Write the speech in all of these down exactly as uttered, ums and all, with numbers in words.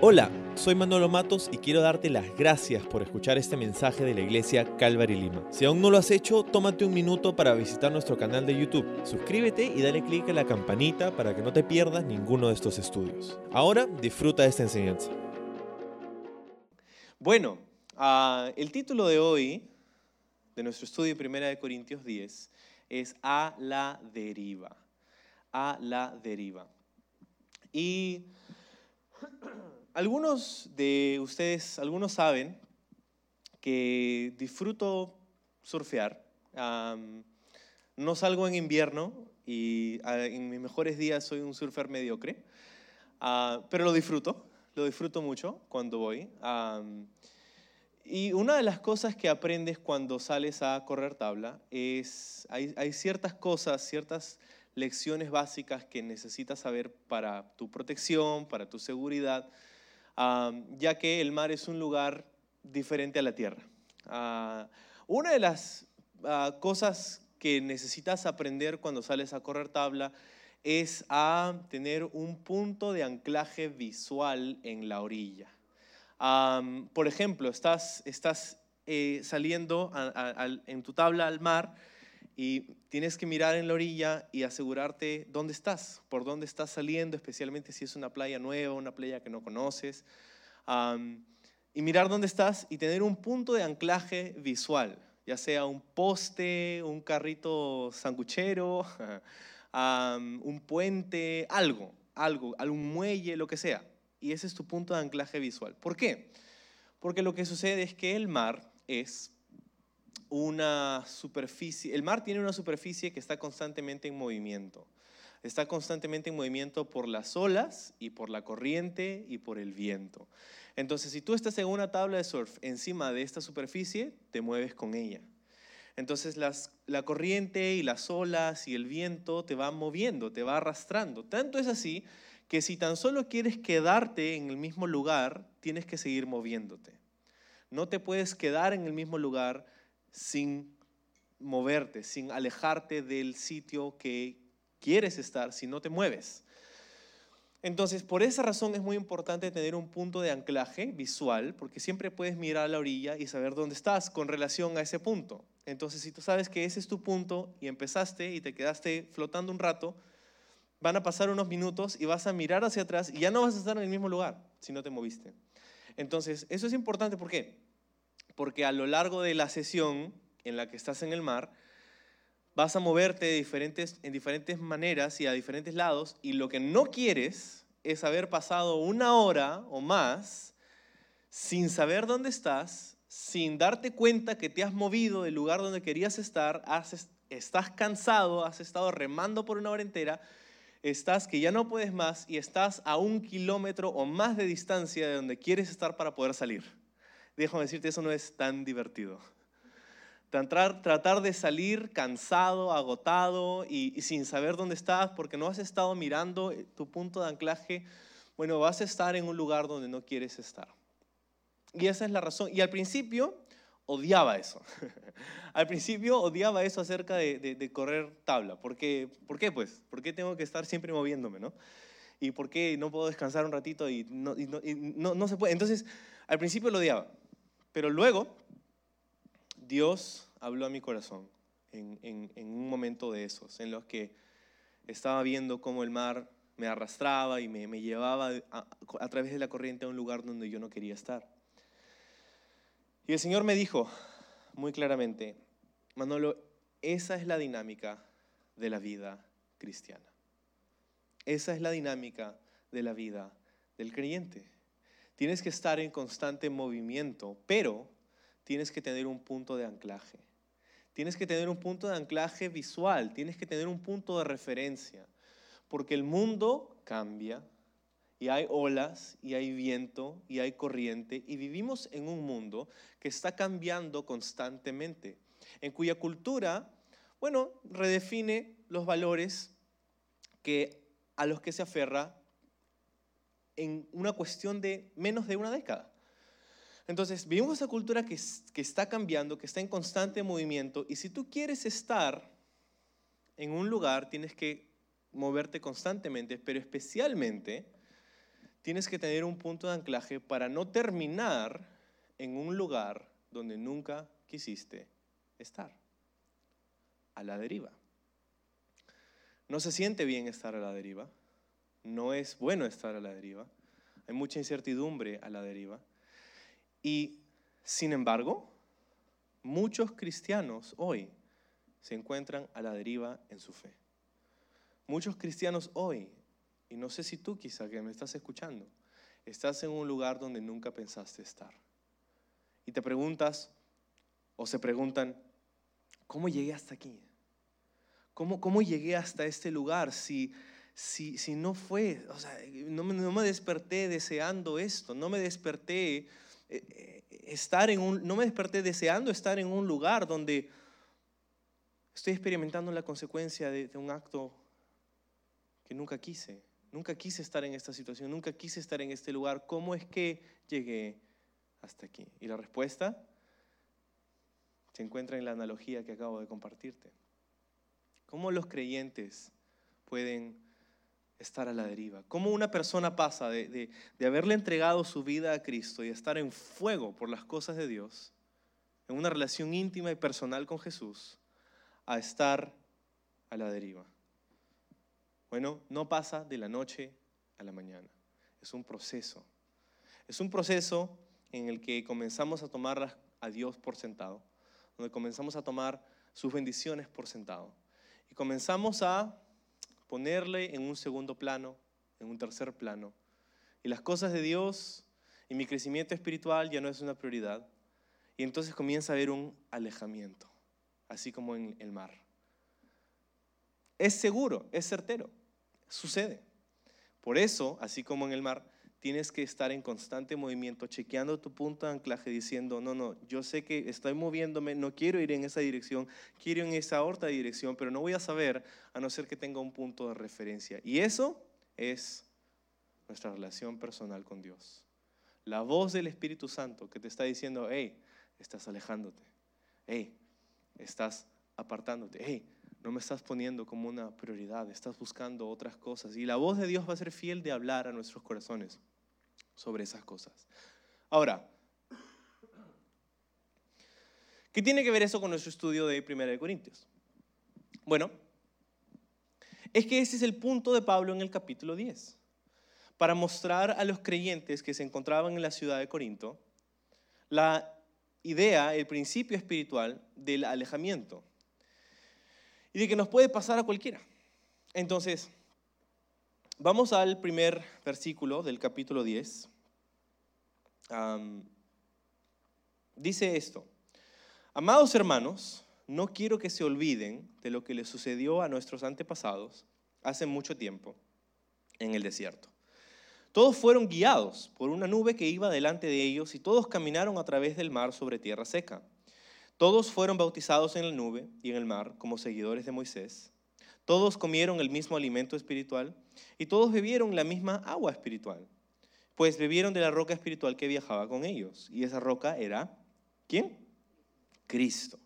Hola, soy Manolo Matos y quiero darte las gracias por escuchar este mensaje de la iglesia Calvary Lima. Si aún no lo has hecho, tómate un minuto para visitar nuestro canal de YouTube. Suscríbete y dale clic a la campanita para que no te pierdas ninguno de estos estudios. Ahora disfruta de esta enseñanza. Bueno, uh, el título de hoy, de nuestro estudio de Primera de Corintios diez, es A la deriva. A la deriva. Y algunos de ustedes, algunos saben que disfruto surfear. Um, no salgo en invierno y uh, en mis mejores días soy un surfer mediocre, uh, pero lo disfruto, lo disfruto mucho cuando voy. Um, y una de las cosas que aprendes cuando sales a correr tabla es, hay, hay ciertas cosas, ciertas lecciones básicas que necesitas saber para tu protección, para tu seguridad, Um, ya que el mar es un lugar diferente a la tierra. Uh, una de las uh, cosas que necesitas aprender cuando sales a correr tabla es a tener un punto de anclaje visual en la orilla. Um, por ejemplo, estás, estás eh, saliendo a, a, a, en tu tabla al mar y tienes que mirar en la orilla y asegurarte dónde estás, por dónde estás saliendo, especialmente si es una playa nueva, una playa que no conoces. Um, y mirar dónde estás y tener un punto de anclaje visual, ya sea un poste, un carrito sanguchero, um, un puente, algo, algo, algún muelle, lo que sea. Y ese es tu punto de anclaje visual. ¿Por qué? Porque lo que sucede es que el mar es una superficie, el mar tiene una superficie que está constantemente en movimiento. Está constantemente en movimiento por las olas y por la corriente y por el viento. Entonces, si tú estás en una tabla de surf encima de esta superficie, te mueves con ella. Entonces, las, la corriente y las olas y el viento te van moviendo, te va arrastrando. Tanto es así que si tan solo quieres quedarte en el mismo lugar, tienes que seguir moviéndote. No te puedes quedar en el mismo lugar sin moverte, sin alejarte del sitio que quieres estar si no te mueves. Entonces, por esa razón es muy importante tener un punto de anclaje visual, porque siempre puedes mirar a la orilla y saber dónde estás con relación a ese punto. Entonces, si tú sabes que ese es tu punto y empezaste y te quedaste flotando un rato, van a pasar unos minutos y vas a mirar hacia atrás y ya no vas a estar en el mismo lugar si no te moviste. Entonces, eso es importante. ¿Por qué? Porque a lo largo de la sesión en la que estás en el mar, vas a moverte de diferentes, en diferentes maneras y a diferentes lados, y lo que no quieres es haber pasado una hora o más sin saber dónde estás, sin darte cuenta que te has movido del lugar donde querías estar, has, estás cansado, has estado remando por una hora entera, estás que ya no puedes más y estás a un kilómetro o más de distancia de donde quieres estar para poder salir. Déjame decirte, eso no es tan divertido. Tratar, tratar de salir cansado, agotado y, y sin saber dónde estás porque no has estado mirando tu punto de anclaje, bueno, vas a estar en un lugar donde no quieres estar. Y esa es la razón. Y al principio odiaba eso. Al principio odiaba eso acerca de, de, de correr tabla. ¿Por qué? ¿Por qué, pues? ¿Por qué tengo que estar siempre moviéndome, no? ¿Y por qué no puedo descansar un ratito y no, y no, y no, no se puede? Entonces, al principio lo odiaba. Pero luego, Dios habló a mi corazón en, en, en un momento de esos, en los que estaba viendo cómo el mar me arrastraba y me, me llevaba a, a través de la corriente a un lugar donde yo no quería estar. Y el Señor me dijo muy claramente, Manolo, esa es la dinámica de la vida cristiana. Esa es la dinámica de la vida del creyente. Tienes que estar en constante movimiento, pero tienes que tener un punto de anclaje. Tienes que tener un punto de anclaje visual, tienes que tener un punto de referencia, porque el mundo cambia y hay olas y hay viento y hay corriente y vivimos en un mundo que está cambiando constantemente, en cuya cultura, bueno, redefine los valores que, a los que se aferra en una cuestión de menos de una década. Entonces, vivimos esa cultura que, que está cambiando, que está en constante movimiento, y si tú quieres estar en un lugar, tienes que moverte constantemente, pero especialmente tienes que tener un punto de anclaje para no terminar en un lugar donde nunca quisiste estar, a la deriva. No se siente bien estar a la deriva, no es bueno estar a la deriva, hay mucha incertidumbre a la deriva y, sin embargo, muchos cristianos hoy se encuentran a la deriva en su fe. Muchos cristianos hoy, y no sé si tú quizá que me estás escuchando, estás en un lugar donde nunca pensaste estar. Y te preguntas, o se preguntan, ¿cómo llegué hasta aquí? ¿Cómo, cómo llegué hasta este lugar si, si, si no fue, o sea, no me, no me desperté deseando esto, no me desperté eh, estar en un, no me desperté deseando estar en un lugar donde estoy experimentando la consecuencia de, de un acto que nunca quise, nunca quise estar en esta situación, nunca quise estar en este lugar. ¿Cómo es que llegué hasta aquí? Y la respuesta se encuentra en la analogía que acabo de compartirte. ¿Cómo los creyentes pueden estar a la deriva? ¿Cómo una persona pasa de, de, de haberle entregado su vida a Cristo y estar en fuego por las cosas de Dios, en una relación íntima y personal con Jesús, a estar a la deriva? Bueno, no pasa de la noche a la mañana. Es un proceso. Es un proceso en el que comenzamos a tomar a Dios por sentado, donde comenzamos a tomar sus bendiciones por sentado. Y comenzamos a ponerle en un segundo plano, en un tercer plano. Y las cosas de Dios y mi crecimiento espiritual ya no es una prioridad. Y entonces comienza a haber un alejamiento, así como en el mar. Es seguro, es certero, sucede. Por eso, así como en el mar, tienes que estar en constante movimiento, chequeando tu punto de anclaje, diciendo, no, no, yo sé que estoy moviéndome, no quiero ir en esa dirección, quiero ir en esa otra dirección, pero no voy a saber a no ser que tenga un punto de referencia. Y eso es nuestra relación personal con Dios. La voz del Espíritu Santo que te está diciendo, hey, estás alejándote, hey, estás apartándote, hey, no me estás poniendo como una prioridad, estás buscando otras cosas. Y la voz de Dios va a ser fiel de hablar a nuestros corazones sobre esas cosas. Ahora, ¿qué tiene que ver eso con nuestro estudio de Primera de Corintios? Bueno, es que ese es el punto de Pablo en el capítulo diez, para mostrar a los creyentes que se encontraban en la ciudad de Corinto la idea, el principio espiritual del alejamiento y de que nos puede pasar a cualquiera. Entonces, vamos al primer versículo del capítulo diez. Um, dice esto: amados hermanos, no quiero que se olviden de lo que les sucedió a nuestros antepasados hace mucho tiempo en el desierto. Todos fueron guiados por una nube que iba delante de ellos y todos caminaron a través del mar sobre tierra seca. Todos fueron bautizados en la nube y en el mar como seguidores de Moisés. Todos comieron el mismo alimento espiritual y todos bebieron la misma agua espiritual, pues bebieron de la roca espiritual que viajaba con ellos. Y esa roca era, ¿quién? Cristo.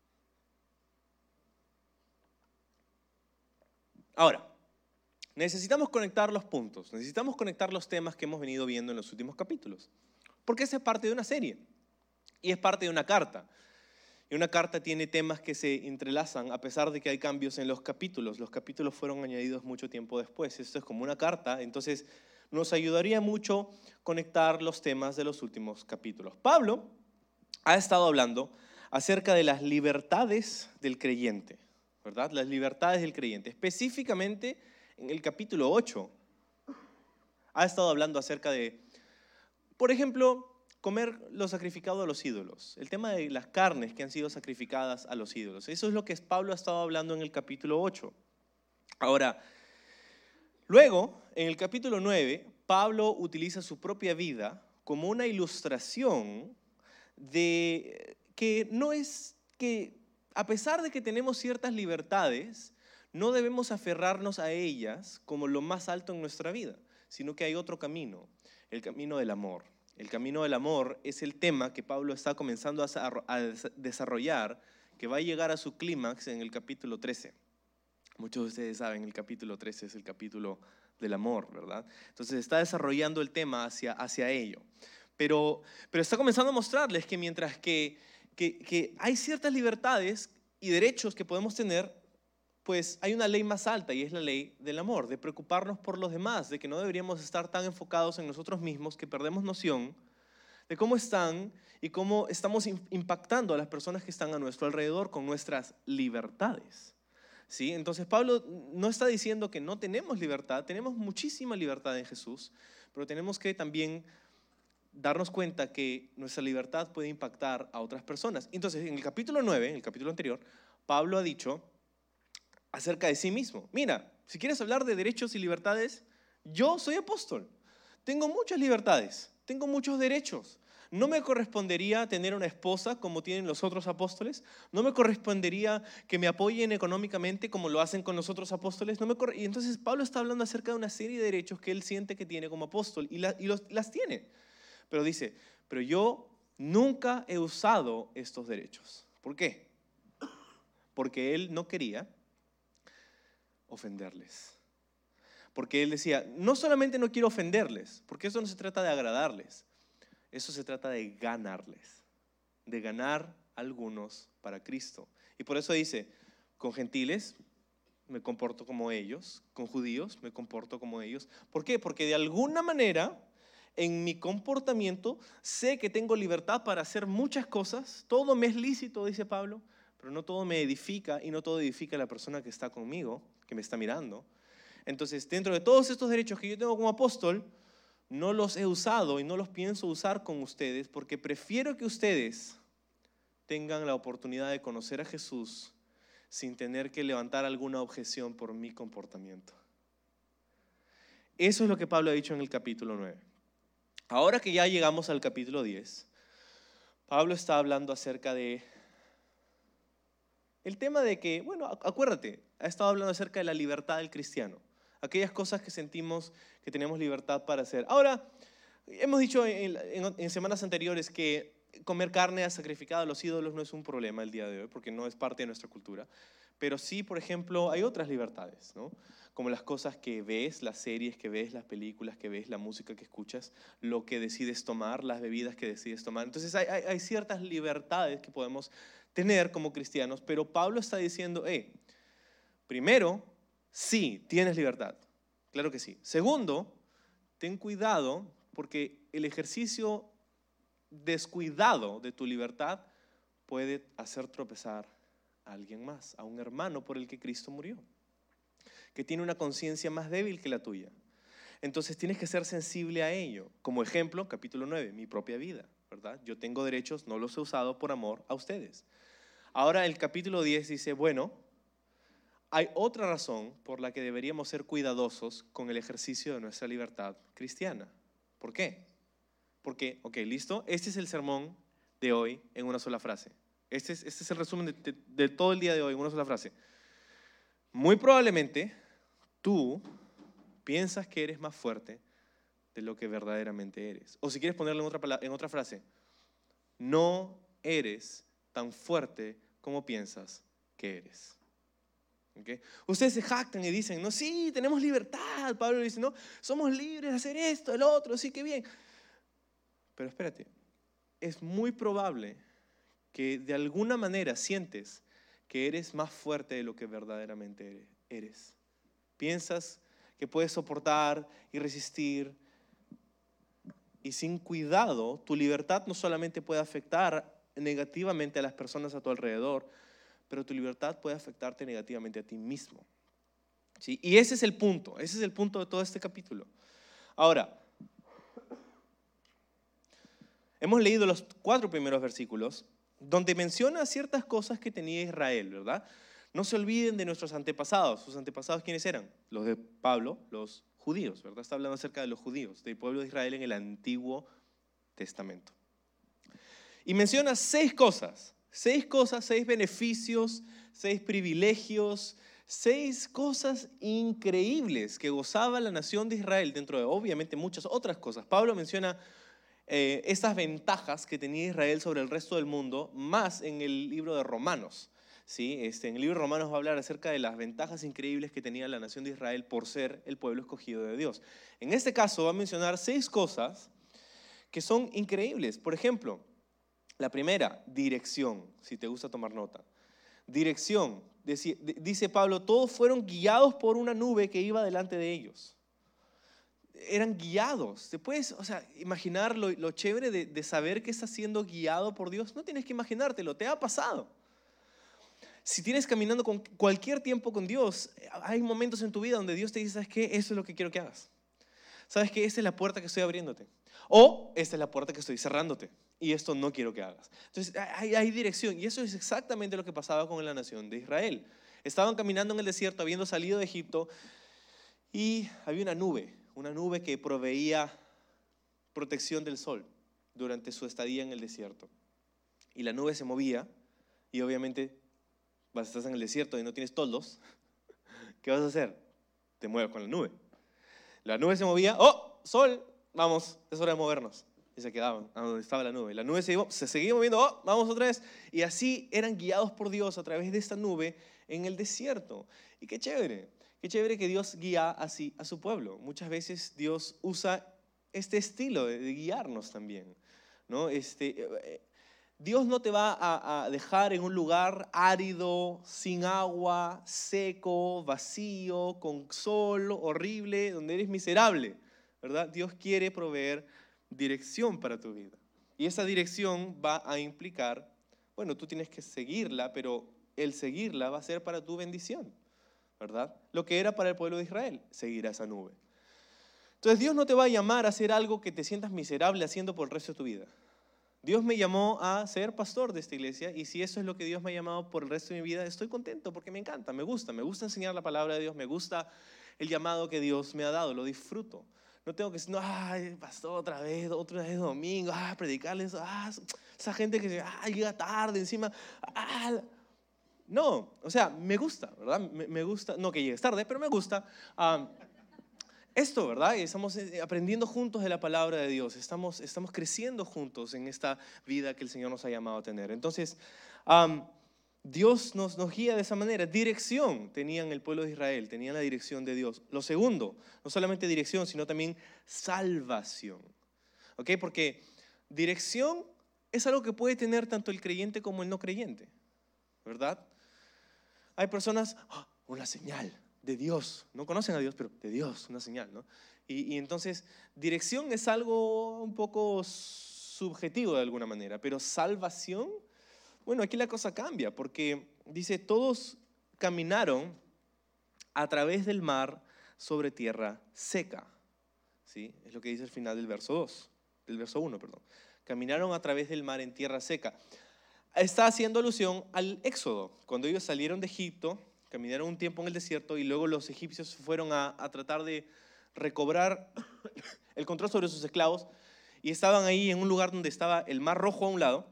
Ahora, necesitamos conectar los puntos, necesitamos conectar los temas que hemos venido viendo en los últimos capítulos, porque esa es parte de una serie y es parte de una carta. Y una carta tiene temas que se entrelazan a pesar de que hay cambios en los capítulos. Los capítulos fueron añadidos mucho tiempo después. Esto es como una carta, entonces nos ayudaría mucho conectar los temas de los últimos capítulos. Pablo ha estado hablando acerca de las libertades del creyente, ¿verdad? Las libertades del creyente. Específicamente en el capítulo ocho ha estado hablando acerca de, por ejemplo, comer lo sacrificado a los ídolos, el tema de las carnes que han sido sacrificadas a los ídolos. Eso es lo que Pablo ha estado hablando en el capítulo ocho. Ahora, luego, en el capítulo nueve, Pablo utiliza su propia vida como una ilustración de que no es que, a pesar de que tenemos ciertas libertades, no debemos aferrarnos a ellas como lo más alto en nuestra vida, sino que hay otro camino, el camino del amor. El camino del amor es el tema que Pablo está comenzando a desarrollar, que va a llegar a su clímax en el capítulo trece. Muchos de ustedes saben, el capítulo trece es el capítulo del amor, ¿verdad? Entonces está desarrollando el tema hacia, hacia ello. Pero, pero está comenzando a mostrarles que mientras que, que, que hay ciertas libertades y derechos que podemos tener, pues hay una ley más alta y es la ley del amor, de preocuparnos por los demás, de que no deberíamos estar tan enfocados en nosotros mismos que perdemos noción de cómo están y cómo estamos impactando a las personas que están a nuestro alrededor con nuestras libertades. ¿Sí? Entonces Pablo no está diciendo que no tenemos libertad, tenemos muchísima libertad en Jesús, pero tenemos que también darnos cuenta que nuestra libertad puede impactar a otras personas. Entonces en el capítulo nueve, en el capítulo anterior, Pablo ha dicho acerca de sí mismo: mira, si quieres hablar de derechos y libertades, yo soy apóstol, tengo muchas libertades, tengo muchos derechos. No me correspondería tener una esposa como tienen los otros apóstoles. No me correspondería que me apoyen económicamente como lo hacen con los otros apóstoles. No me corre... Y entonces Pablo está hablando acerca de una serie de derechos que él siente que tiene como apóstol y, la, y los, las tiene. Pero dice, pero yo nunca he usado estos derechos. ¿Por qué? Porque él no quería ofenderles. Porque él decía, no solamente no quiero ofenderles, porque eso no se trata de agradarles. Eso se trata de ganarles, de ganar a algunos para Cristo. Y por eso dice, con gentiles me comporto como ellos, con judíos me comporto como ellos. ¿Por qué? Porque de alguna manera en mi comportamiento sé que tengo libertad para hacer muchas cosas. Todo me es lícito, dice Pablo, pero no todo me edifica y no todo edifica a la persona que está conmigo, que me está mirando. Entonces, dentro de todos estos derechos que yo tengo como apóstol, no los he usado y no los pienso usar con ustedes porque prefiero que ustedes tengan la oportunidad de conocer a Jesús sin tener que levantar alguna objeción por mi comportamiento. Eso es lo que Pablo ha dicho en el capítulo nueve. Ahora que ya llegamos al capítulo diez, Pablo está hablando acerca de el tema de que, bueno, acuérdate, ha estado hablando acerca de la libertad del cristiano. Aquellas cosas que sentimos que tenemos libertad para hacer. Ahora, hemos dicho en, en, en semanas anteriores que comer carne sacrificada a los ídolos no es un problema el día de hoy, porque no es parte de nuestra cultura. Pero sí, por ejemplo, hay otras libertades, ¿no? Como las cosas que ves, las series que ves, las películas que ves, la música que escuchas, lo que decides tomar, las bebidas que decides tomar. Entonces hay, hay, hay ciertas libertades que podemos tener como cristianos, pero Pablo está diciendo, hey, primero, sí, tienes libertad, claro que sí. Segundo, ten cuidado porque el ejercicio descuidado de tu libertad puede hacer tropezar a alguien más, a un hermano por el que Cristo murió, que tiene una conciencia más débil que la tuya. Entonces tienes que ser sensible a ello. Como ejemplo, capítulo nueve, mi propia vida, ¿verdad? Yo tengo derechos, no los he usado por amor a ustedes. Ahora el capítulo diez dice, bueno, hay otra razón por la que deberíamos ser cuidadosos con el ejercicio de nuestra libertad cristiana. ¿Por qué? Porque, ok, listo, este es el sermón de hoy en una sola frase. Este es, este es el resumen de, de, de todo el día de hoy en una sola frase. Muy probablemente tú piensas que eres más fuerte de lo que verdaderamente eres. O si quieres ponerlo en otra, palabra, en otra frase, no eres tan fuerte como piensas que eres. ¿Okay? Ustedes se jactan y dicen, no, sí, tenemos libertad. Pablo dice, no, somos libres de hacer esto, el otro, sí, qué bien. Pero espérate, es muy probable que de alguna manera sientes que eres más fuerte de lo que verdaderamente eres. Piensas que puedes soportar y resistir, y sin cuidado tu libertad no solamente puede afectar negativamente a las personas a tu alrededor, pero tu libertad puede afectarte negativamente a ti mismo. ¿Sí? Y ese es el punto, ese es el punto de todo este capítulo. Ahora, hemos leído los cuatro primeros versículos donde menciona ciertas cosas que tenía Israel, ¿verdad? No se olviden de nuestros antepasados. ¿Sus antepasados quiénes eran? Los de Pablo, los judíos, ¿verdad? Está hablando acerca de los judíos, del pueblo de Israel en el Antiguo Testamento. Y menciona seis cosas, seis cosas, seis beneficios, seis privilegios, seis cosas increíbles que gozaba la nación de Israel, dentro de obviamente muchas otras cosas. Pablo menciona eh, estas ventajas que tenía Israel sobre el resto del mundo, más en el libro de Romanos. ¿sí? Este, en el libro de Romanos va a hablar acerca de las ventajas increíbles que tenía la nación de Israel por ser el pueblo escogido de Dios. En este caso va a mencionar seis cosas que son increíbles. Por ejemplo, la primera, dirección, si te gusta tomar nota. Dirección, dice Pablo, todos fueron guiados por una nube que iba delante de ellos. Eran guiados. ¿Te puedes o sea, imaginar lo, lo chévere de, de saber que estás siendo guiado por Dios? No tienes que imaginártelo, te ha pasado. Si tienes caminando con cualquier tiempo con Dios, hay momentos en tu vida donde Dios te dice, ¿sabes qué? Eso es lo que quiero que hagas. ¿Sabes qué? Esta es la puerta que estoy abriéndote. O esta es la puerta que estoy cerrándote. Y esto no quiero que hagas. Entonces hay, hay dirección. Y eso es exactamente lo que pasaba con la nación de Israel. Estaban caminando en el desierto, habiendo salido de Egipto. Y había una nube. Una nube que proveía protección del sol durante su estadía en el desierto. Y la nube se movía. Y obviamente, vas, estás en el desierto y no tienes toldos. ¿Qué vas a hacer? Te mueves con la nube. La nube se movía. ¡Oh! Sol. Vamos, es hora de movernos. Y se quedaban a donde estaba la nube. La nube se, se seguía moviendo. ¡Oh! Vamos otra vez. Y así eran guiados por Dios a través de esta nube en el desierto. Y qué chévere. Qué chévere que Dios guía así a su pueblo. Muchas veces Dios usa este estilo de, de guiarnos también, ¿no? Este, eh, Dios no te va a, a dejar en un lugar árido, sin agua, seco, vacío, con sol, horrible, donde eres miserable, ¿verdad? Dios quiere proveer dirección para tu vida. Y esa dirección va a implicar, bueno, tú tienes que seguirla, pero el seguirla va a ser para tu bendición, ¿verdad? Lo que era para el pueblo de Israel, seguir a esa nube. Entonces Dios no te va a llamar a hacer algo que te sientas miserable haciendo por el resto de tu vida. Dios me llamó a ser pastor de esta iglesia y si eso es lo que Dios me ha llamado por el resto de mi vida, estoy contento porque me encanta, me gusta, me gusta enseñar la palabra de Dios, me gusta el llamado que Dios me ha dado, lo disfruto. No tengo que decir, no, ay, pastor, otra vez, otra vez domingo, ah, predicarles, ah, esa gente que ah, llega tarde encima, ah. No, o sea, me gusta, ¿verdad? Me, me gusta, no que llegues tarde, pero me gusta. Um, Esto, ¿verdad? Estamos aprendiendo juntos de la palabra de Dios. Estamos, estamos creciendo juntos en esta vida que el Señor nos ha llamado a tener. Entonces, um, Dios nos, nos guía de esa manera. Dirección tenían el pueblo de Israel, tenían la dirección de Dios. Lo segundo, no solamente dirección, sino también salvación. ¿Ok? Porque dirección es algo que puede tener tanto el creyente como el no creyente, ¿verdad? Hay personas, oh, una señal de Dios, no conocen a Dios, pero de Dios, una señal, ¿no? Y, y entonces, dirección es algo un poco subjetivo de alguna manera, pero salvación, bueno, aquí la cosa cambia, porque dice, todos caminaron a través del mar sobre tierra seca, ¿sí? Es lo que dice el final del verso dos, del verso uno, perdón. Caminaron a través del mar en tierra seca. Está haciendo alusión al Éxodo, cuando ellos salieron de Egipto, caminaron un tiempo en el desierto y luego los egipcios fueron a, a tratar de recobrar el control sobre sus esclavos y estaban ahí en un lugar donde estaba el mar Rojo a un lado,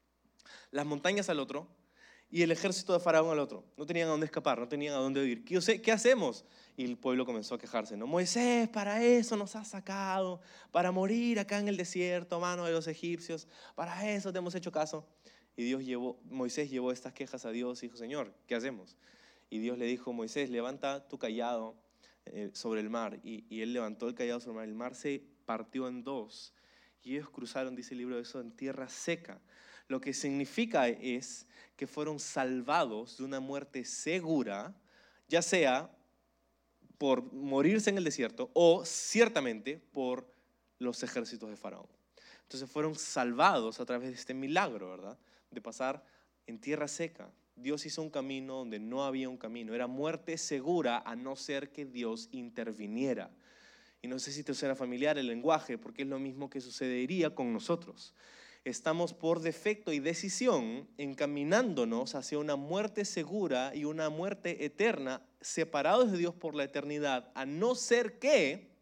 las montañas al otro y el ejército de Faraón al otro. No tenían a dónde escapar, no tenían a dónde huir. ¿Qué, qué hacemos? Y el pueblo comenzó a quejarse, ¿no? Moisés, para eso nos has sacado, para morir acá en el desierto a mano de los egipcios, para eso te hemos hecho caso. Y Dios llevó, Moisés llevó estas quejas a Dios y dijo, Señor, ¿qué hacemos? Y Dios le dijo, Moisés, levanta tu cayado eh, sobre el mar. Y, y él levantó el cayado sobre el mar. El mar se partió en dos. Y ellos cruzaron, dice el libro de eso, en tierra seca. Lo que significa es que fueron salvados de una muerte segura, ya sea por morirse en el desierto o ciertamente por los ejércitos de Faraón. Entonces fueron salvados a través de este milagro, ¿verdad? De pasar en tierra seca. Dios hizo un camino donde no había un camino. Era muerte segura a no ser que Dios interviniera. Y no sé si te suena familiar el lenguaje, porque es lo mismo que sucedería con nosotros. Estamos por defecto y decisión encaminándonos hacia una muerte segura y una muerte eterna, separados de Dios por la eternidad, a no ser que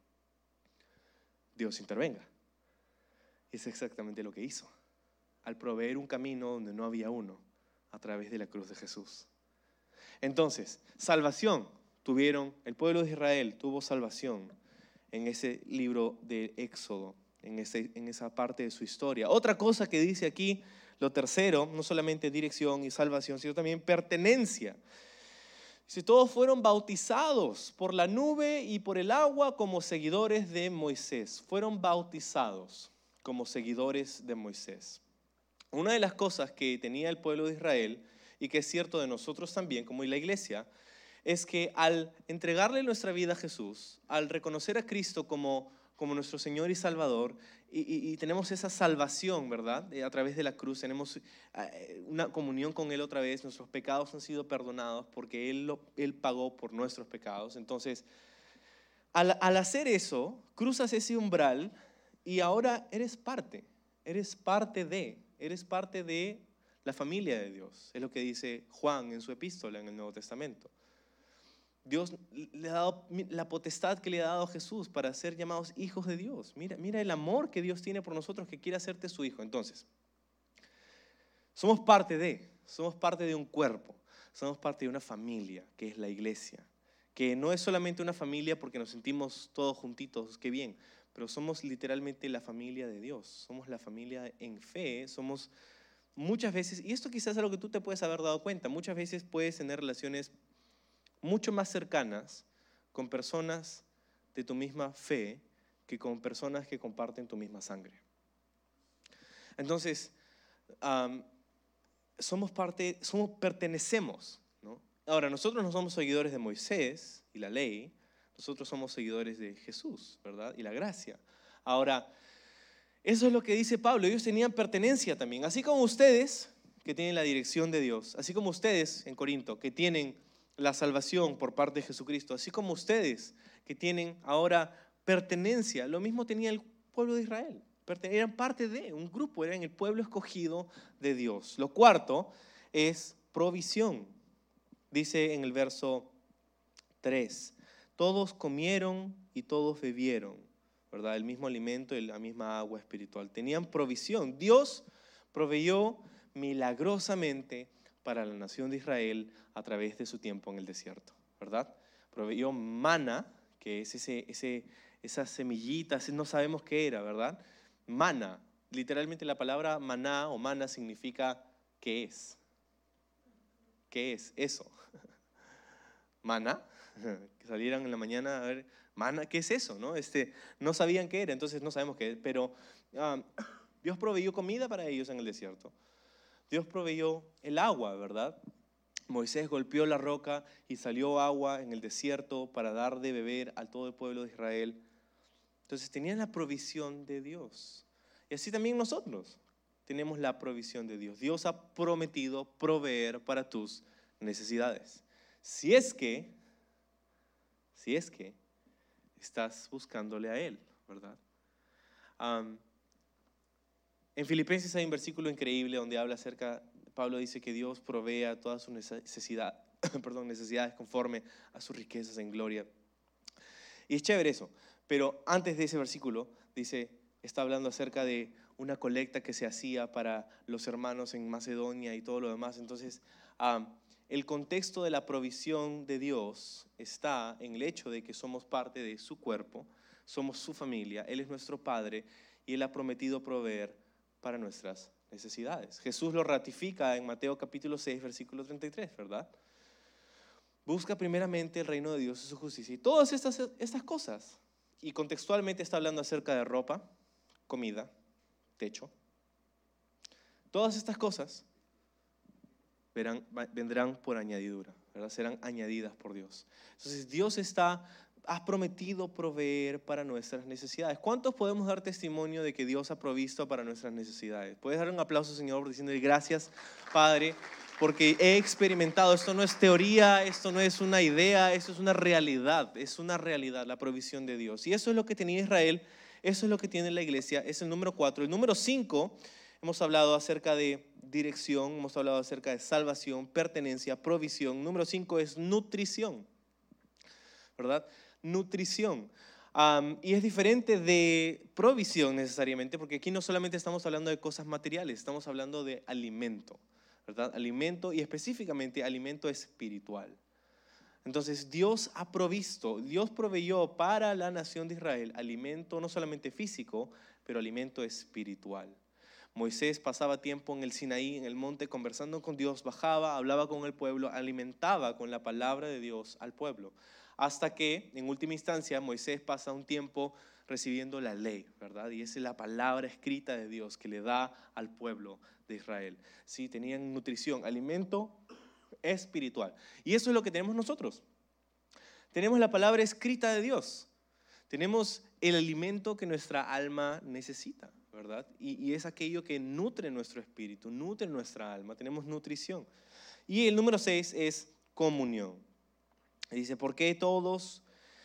Dios intervenga. Y es exactamente lo que hizo, al proveer un camino donde no había uno, a través de la cruz de Jesús. Entonces, salvación tuvieron, el pueblo de Israel tuvo salvación en ese libro de Éxodo. en, ese, en esa parte de su historia. Otra cosa que dice aquí, lo tercero, no solamente dirección y salvación, sino también pertenencia. Dice, todos fueron bautizados por la nube y por el agua como seguidores de Moisés. Fueron bautizados como seguidores de Moisés. Una de las cosas que tenía el pueblo de Israel, y que es cierto de nosotros también, como en la iglesia, es que al entregarle nuestra vida a Jesús, al reconocer a Cristo como, como nuestro Señor y Salvador, y, y, y tenemos esa salvación, ¿verdad? A través de la cruz, tenemos una comunión con Él otra vez, nuestros pecados han sido perdonados porque Él, lo, Él pagó por nuestros pecados. Entonces, al, al hacer eso, cruzas ese umbral y ahora eres parte, eres parte de, eres parte de la familia de Dios. Es lo que dice Juan en su epístola en el Nuevo Testamento. Dios le ha dado la potestad que le ha dado a Jesús para ser llamados hijos de Dios. Mira, mira el amor que Dios tiene por nosotros, que quiere hacerte su hijo. Entonces, somos parte de, somos parte de un cuerpo, somos parte de una familia que es la iglesia, que no es solamente una familia porque nos sentimos todos juntitos, qué bien, pero somos literalmente la familia de Dios, somos la familia en fe, somos muchas veces, y esto quizás es algo que tú te puedes haber dado cuenta, muchas veces puedes tener relaciones mucho más cercanas con personas de tu misma fe que con personas que comparten tu misma sangre. Entonces, um, somos parte, somos, pertenecemos, ¿no? Ahora, nosotros no somos seguidores de Moisés y la ley, nosotros somos seguidores de Jesús, ¿verdad? Y la gracia. Ahora, eso es lo que dice Pablo, ellos tenían pertenencia también, así como ustedes que tienen la dirección de Dios, así como ustedes en Corinto que tienen la salvación por parte de Jesucristo, así como ustedes que tienen ahora pertenencia, lo mismo tenía el pueblo de Israel, eran parte de un grupo, eran el pueblo escogido de Dios. Lo cuarto es provisión, dice en el verso tres, todos comieron y todos bebieron, ¿verdad? El mismo alimento y la misma agua espiritual, tenían provisión. Dios proveyó milagrosamente para la nación de Israel a través de su tiempo en el desierto, ¿verdad? Proveyó maná, que es ese, ese, esas semillitas, no sabemos qué era, ¿verdad? Maná, literalmente la palabra maná o mana significa ¿qué es? ¿Qué es eso? Maná, que salieran en la mañana a ver, maná, ¿qué es eso? ¿No? Este, no sabían qué era, entonces no sabemos qué es, pero um, Dios proveyó comida para ellos en el desierto. Dios proveyó el agua, ¿verdad? Moisés golpeó la roca y salió agua en el desierto para dar de beber a todo el pueblo de Israel. Entonces tenían la provisión de Dios. Y así también nosotros tenemos la provisión de Dios. Dios ha prometido proveer para tus necesidades. Si es que, si es que estás buscándole a Él, ¿verdad? Um, En Filipenses hay un versículo increíble donde habla acerca, Pablo dice que Dios provee a todas sus necesidades, perdón, necesidades conforme a sus riquezas en gloria. Y es chévere eso, pero antes de ese versículo dice, está hablando acerca de una colecta que se hacía para los hermanos en Macedonia y todo lo demás. Entonces, um, el contexto de la provisión de Dios está en el hecho de que somos parte de su cuerpo, somos su familia, Él es nuestro Padre y Él ha prometido proveer para nuestras necesidades. Jesús lo ratifica en Mateo capítulo seis, versículo treinta y tres, ¿verdad? Busca primeramente el reino de Dios y su justicia. Y todas estas, estas cosas. Y contextualmente está hablando acerca de ropa, comida, techo. Todas estas cosas verán, vendrán por añadidura, ¿verdad? Serán añadidas por Dios. Entonces Dios está... has prometido proveer para nuestras necesidades. ¿Cuántos podemos dar testimonio de que Dios ha provisto para nuestras necesidades? ¿Puedes dar un aplauso, Señor, diciéndole gracias, Padre, porque he experimentado, esto no es teoría, esto no es una idea, esto es una realidad, es una realidad, la provisión de Dios. Y eso es lo que tenía Israel, eso es lo que tiene la iglesia, es el número cuatro. El número cinco, hemos hablado acerca de dirección, hemos hablado acerca de salvación, pertenencia, provisión. Número cinco es nutrición, ¿verdad? Nutrición. Um, y es diferente de provisión necesariamente, porque aquí no solamente estamos hablando de cosas materiales, estamos hablando de alimento, ¿verdad? Alimento y específicamente alimento espiritual. Entonces Dios ha provisto, Dios proveyó para la nación de Israel alimento no solamente físico, pero alimento espiritual. Moisés pasaba tiempo en el Sinaí, en el monte, conversando con Dios, bajaba, hablaba con el pueblo, alimentaba con la palabra de Dios al pueblo. Hasta que, en última instancia, Moisés pasa un tiempo recibiendo la ley, ¿verdad? Y esa es la palabra escrita de Dios que le da al pueblo de Israel. Sí, tenían nutrición, alimento espiritual. Y eso es lo que tenemos nosotros. Tenemos la palabra escrita de Dios. Tenemos el alimento que nuestra alma necesita, ¿verdad? Y, y es aquello que nutre nuestro espíritu, nutre nuestra alma. Tenemos nutrición. Y el número seis es comunión. Dice, ¿por qué todos?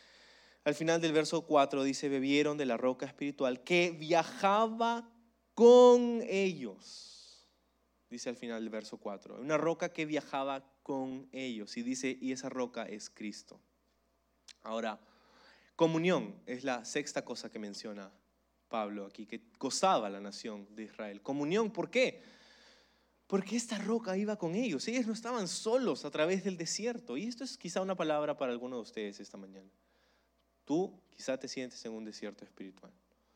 Al final del verso cuatro dice, bebieron de la roca espiritual que viajaba con ellos. Dice al final del verso cuatro, una roca que viajaba con ellos. Y dice, y esa roca es Cristo. Ahora, comunión es la sexta cosa que menciona Pablo aquí, que gozaba la nación de Israel. Comunión, ¿por qué? Porque esta roca iba con ellos. Ellos no estaban solos a través del desierto. Y esto es quizá una palabra para algunos de ustedes esta mañana. Tú quizá te sientes en un desierto espiritual.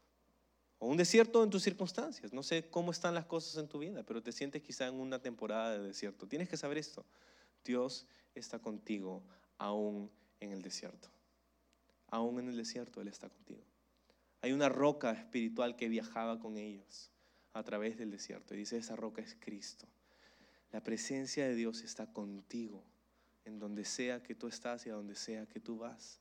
O un desierto en tus circunstancias. No sé cómo están las cosas en tu vida, pero te sientes quizá en una temporada de desierto. Tienes que saber esto. Dios está contigo aún en el desierto. Aún en el desierto Él está contigo. Hay una roca espiritual que viajaba con ellos a través del desierto. Y dice, esa roca es Cristo. La presencia de Dios está contigo en donde sea que tú estás y a donde sea que tú vas.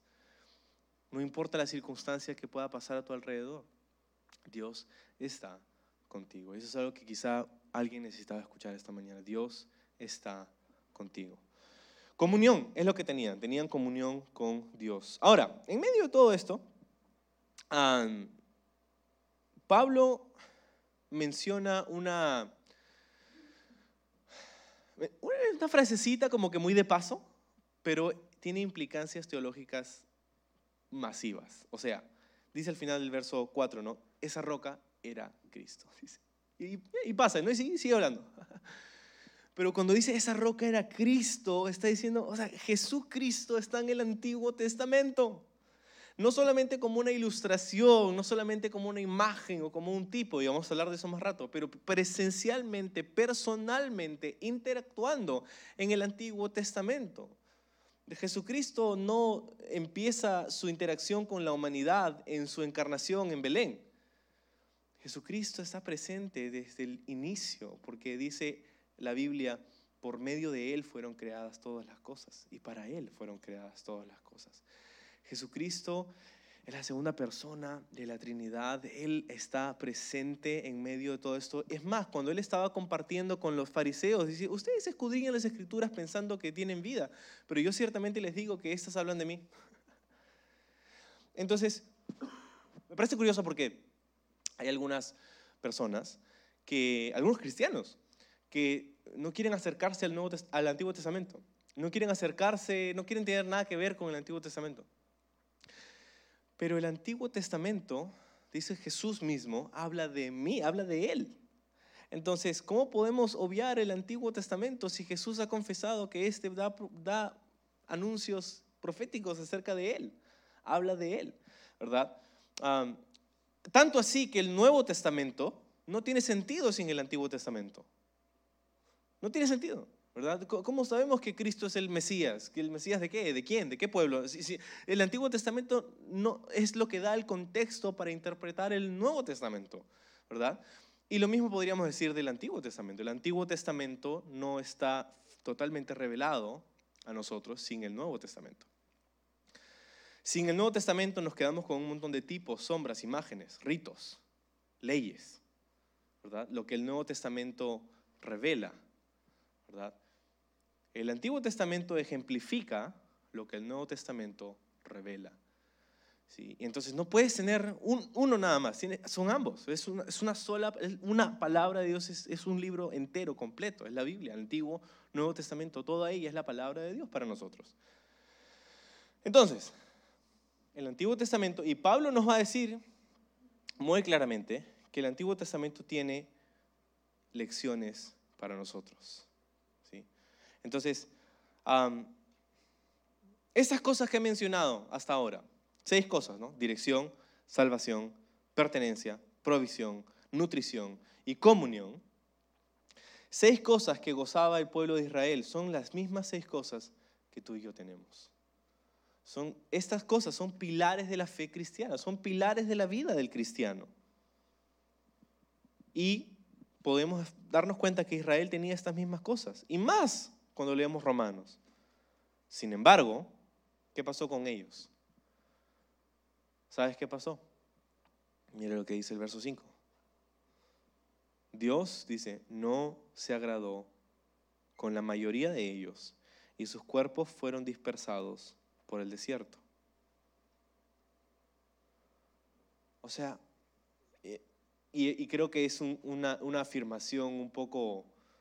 No importa la circunstancia que pueda pasar a tu alrededor, Dios está contigo. Eso es algo que quizá alguien necesitaba escuchar esta mañana. Dios está contigo. Comunión es lo que tenían, tenían comunión con Dios. Ahora, en medio de todo esto, um, Pablo menciona una, una frasecita como que muy de paso, pero tiene implicancias teológicas masivas. O sea, dice al final del verso cuatro, ¿no? Esa roca era Cristo. Dice. Y, y pasa, ¿no? Y sigue, sigue hablando. Pero cuando dice esa roca era Cristo, está diciendo, o sea, Jesucristo está en el Antiguo Testamento. No solamente como una ilustración, no solamente como una imagen o como un tipo, y vamos a hablar de eso más rato, pero presencialmente, personalmente, interactuando en el Antiguo Testamento. Jesucristo no empieza su interacción con la humanidad en su encarnación en Belén. Jesucristo está presente desde el inicio, porque dice la Biblia, por medio de Él fueron creadas todas las cosas, y para Él fueron creadas todas las cosas. Jesucristo es la segunda persona de la Trinidad. Él está presente en medio de todo esto. Es más, cuando Él estaba compartiendo con los fariseos, dice, ustedes escudriñan las Escrituras pensando que tienen vida, pero yo ciertamente les digo que estas hablan de mí. Entonces, me parece curioso porque hay algunas personas, que, algunos cristianos, que no quieren acercarse al, Nuevo, al Antiguo Testamento. No quieren acercarse, no quieren tener nada que ver con el Antiguo Testamento. Pero el Antiguo Testamento, dice Jesús mismo, habla de mí, habla de Él. Entonces, ¿cómo podemos obviar el Antiguo Testamento si Jesús ha confesado que este da, da anuncios proféticos acerca de Él? Habla de Él, ¿verdad? Um, tanto así que el Nuevo Testamento no tiene sentido sin el Antiguo Testamento. No tiene sentido. ¿Verdad? ¿Cómo sabemos que Cristo es el Mesías? ¿Que el Mesías de qué? ¿De quién? ¿De qué pueblo? Si, si el Antiguo Testamento no es lo que da el contexto para interpretar el Nuevo Testamento, ¿verdad? Y lo mismo podríamos decir del Antiguo Testamento. El Antiguo Testamento no está totalmente revelado a nosotros sin el Nuevo Testamento. Sin el Nuevo Testamento nos quedamos con un montón de tipos, sombras, imágenes, ritos, leyes, ¿verdad? Lo que el Nuevo Testamento revela, ¿verdad? El Antiguo Testamento ejemplifica lo que el Nuevo Testamento revela. ¿Sí? Y entonces no puedes tener un, uno nada más, son ambos. Es una, es una sola, una palabra de Dios, es, es un libro entero, completo, es la Biblia, el Antiguo, Nuevo Testamento, toda ella es la palabra de Dios para nosotros. Entonces, el Antiguo Testamento, y Pablo nos va a decir muy claramente que el Antiguo Testamento tiene lecciones para nosotros. ¿Sí? Entonces, um, Estas cosas que he mencionado hasta ahora, seis cosas, ¿no? Dirección, salvación, pertenencia, provisión, nutrición y comunión. Seis cosas que gozaba el pueblo de Israel son las mismas seis cosas que tú y yo tenemos. Son, estas cosas son pilares de la fe cristiana, son pilares de la vida del cristiano. Y podemos darnos cuenta que Israel tenía estas mismas cosas, y más cuando leemos Romanos. Sin embargo, ¿qué pasó con ellos? ¿Sabes qué pasó? Mira lo que dice el verso cinco. Dios, dice, no se agradó con la mayoría de ellos y sus cuerpos fueron dispersados por el desierto. O sea, y, y creo que es un, una, una afirmación un poco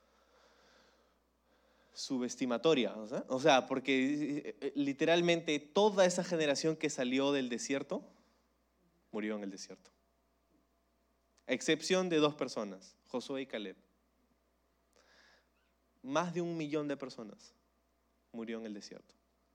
subestimatoria, o sea, o sea, porque literalmente toda esa generación que salió del desierto murió en el desierto. A excepción de dos personas, Josué y Caleb. Más de un millón de personas murió en el desierto.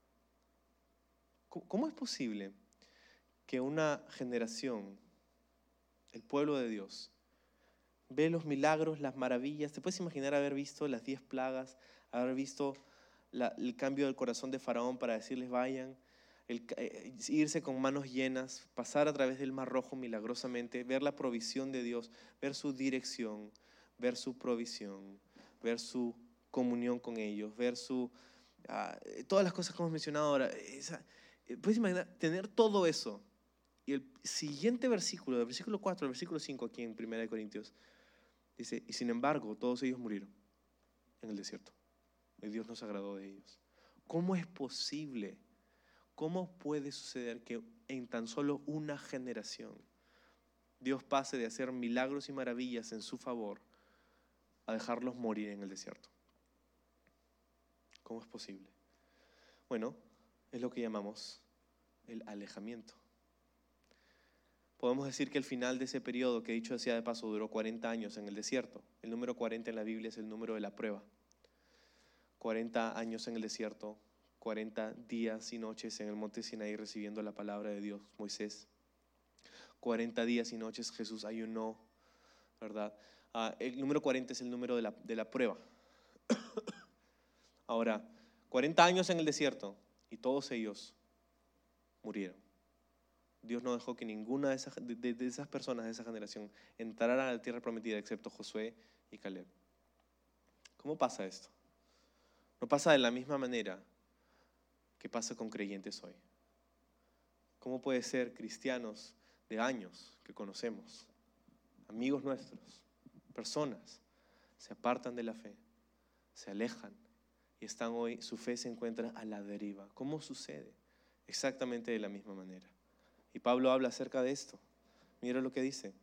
¿Cómo es posible que una generación, el pueblo de Dios, ve los milagros, las maravillas? ¿Te puedes imaginar haber visto las diez plagas, haber visto la, el cambio del corazón de Faraón para decirles vayan, el, eh, irse con manos llenas, pasar a través del Mar Rojo milagrosamente, ver la provisión de Dios, ver su dirección, ver su provisión, ver su comunión con ellos, ver su, uh, todas las cosas que hemos mencionado ahora? Esa, ¿puedes imaginar tener todo eso? Y el siguiente versículo, el versículo cuatro, el versículo cinco aquí en primera de Corintios, dice, y sin embargo todos ellos murieron en el desierto. Y Dios no se agradó de ellos. ¿Cómo es posible? ¿Cómo puede suceder que en tan solo una generación Dios pase de hacer milagros y maravillas en su favor a dejarlos morir en el desierto? ¿Cómo es posible? Bueno, es lo que llamamos el alejamiento. Podemos decir que el final de ese periodo, que dicho sea de paso duró cuarenta años en el desierto. El número cuarenta en la Biblia es el número de la prueba. cuarenta años en el desierto, cuarenta días y noches en el monte Sinaí recibiendo la palabra de Dios, Moisés. cuarenta días y noches Jesús ayunó, ¿verdad? Uh, el número cuarenta es el número de la, de la prueba. Ahora, cuarenta años en el desierto y todos ellos murieron. Dios no dejó que ninguna de esas, de, de esas personas de esa generación entrara a la tierra prometida excepto Josué y Caleb. ¿Cómo pasa esto? No pasa de la misma manera que pasa con creyentes hoy. ¿Cómo puede ser cristianos de años que conocemos, amigos nuestros, personas, se apartan de la fe, se alejan y están hoy, su fe se encuentra a la deriva? ¿Cómo sucede? Exactamente de la misma manera. Y Pablo habla acerca de esto. Mira lo que dice.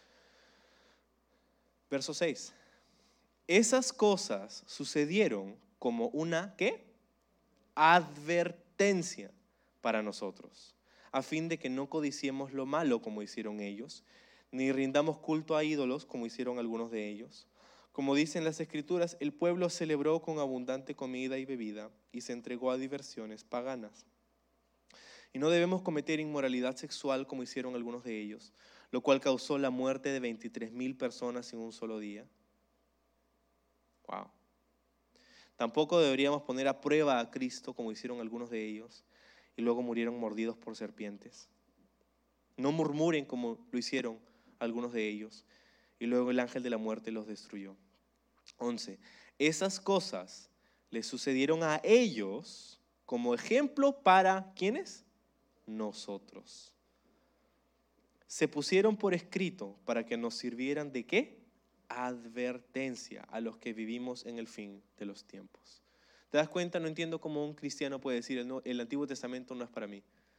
Verso seis. Esas cosas sucedieron como una, ¿qué? Advertencia para nosotros, a fin de que no codiciemos lo malo como hicieron ellos, ni rindamos culto a ídolos como hicieron algunos de ellos. Como dicen las Escrituras, el pueblo celebró con abundante comida y bebida y se entregó a diversiones paganas. Y no debemos cometer inmoralidad sexual como hicieron algunos de ellos, lo cual causó la muerte de veintitrés mil personas en un solo día. Wow. Tampoco deberíamos poner a prueba a Cristo como hicieron algunos de ellos y luego murieron mordidos por serpientes. No murmuren como lo hicieron algunos de ellos y luego el ángel de la muerte los destruyó. once. Esas cosas les sucedieron a ellos como ejemplo para ¿quiénes? Nosotros. Se pusieron por escrito para que nos sirvieran de ¿qué? Advertencia a los que vivimos en el fin de los tiempos. ¿Te das cuenta? No entiendo cómo un cristiano puede decir el, no, el Antiguo Testamento no es para mí.